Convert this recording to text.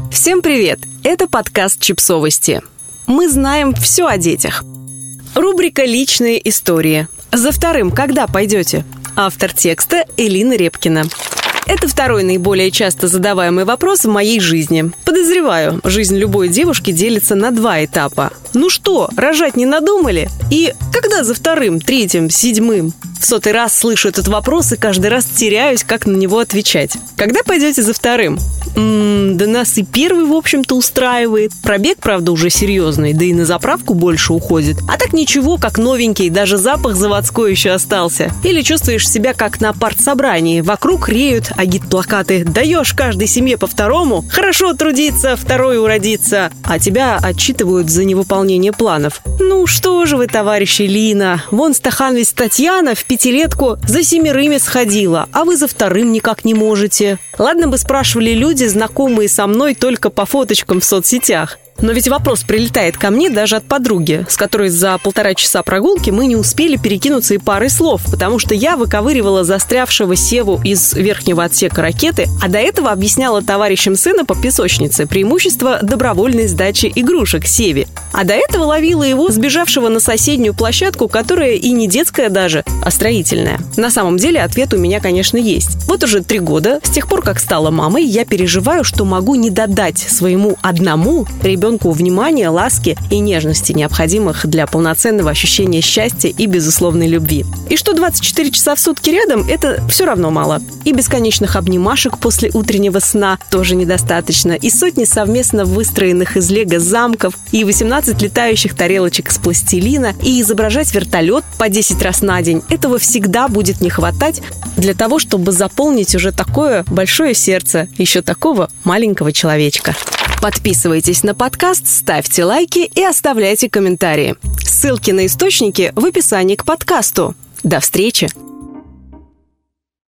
Всем привет! Это подкаст «Чипсовости». Мы знаем все о детях. Рубрика «Личные истории». За вторым когда пойдете? Автор текста Элина Репкина. Это второй наиболее часто задаваемый вопрос в моей жизни. Подозреваю, жизнь любой девушки делится на два этапа. Ну что, рожать не надумали? И когда за вторым, третьим, седьмым? В 100-й раз слышу этот вопрос и каждый раз теряюсь, как на него отвечать. Когда пойдете за вторым? Да нас и первый, в общем-то, устраивает. Пробег, правда, уже серьезный, да и на заправку больше уходит. А так ничего, как новенький, даже запах заводской еще остался. Или чувствуешь себя как на партсобрании. Вокруг реют агитплакаты: даешь каждой семье по второму, хорошо трудиться, второй уродиться. А тебя отчитывают за невыполнение планов. Ну что же вы, товарищ Элина, вон стахановец Татьяна в 5-летку за 7 сходила, а вы за вторым никак не можете. Ладно бы спрашивали люди, знакомые со мной только по фоточкам в соцсетях. Но ведь вопрос прилетает ко мне даже от подруги, с которой за 1,5 часа прогулки мы не успели перекинуться и парой слов, потому что я выковыривала застрявшего Севу из верхнего отсека ракеты, а до этого объясняла товарищам сына по песочнице преимущество добровольной сдачи игрушек Севе. А до этого ловила его, сбежавшего на соседнюю площадку, которая и не детская даже, а строительная. На самом деле ответ у меня, конечно, есть. Вот уже 3 года, с тех пор, как стала мамой, я переживаю, что могу не додать своему одному ребенку внимания, ласки и нежности, необходимых для полноценного ощущения счастья и безусловной любви. И что 24 часа в сутки рядом, это все равно мало. И бесконечных обнимашек после утреннего сна тоже недостаточно. И сотни совместно выстроенных из лего замков, и 18 летающих тарелочек из пластилина, и изображать вертолет по 10 раз на день. Этого всегда будет не хватать для того, чтобы заполнить уже такое большое сердце еще такого маленького человечка. Подписывайтесь на подкаст, ставьте лайки и оставляйте комментарии. Ссылки на источники в описании к подкасту. До встречи!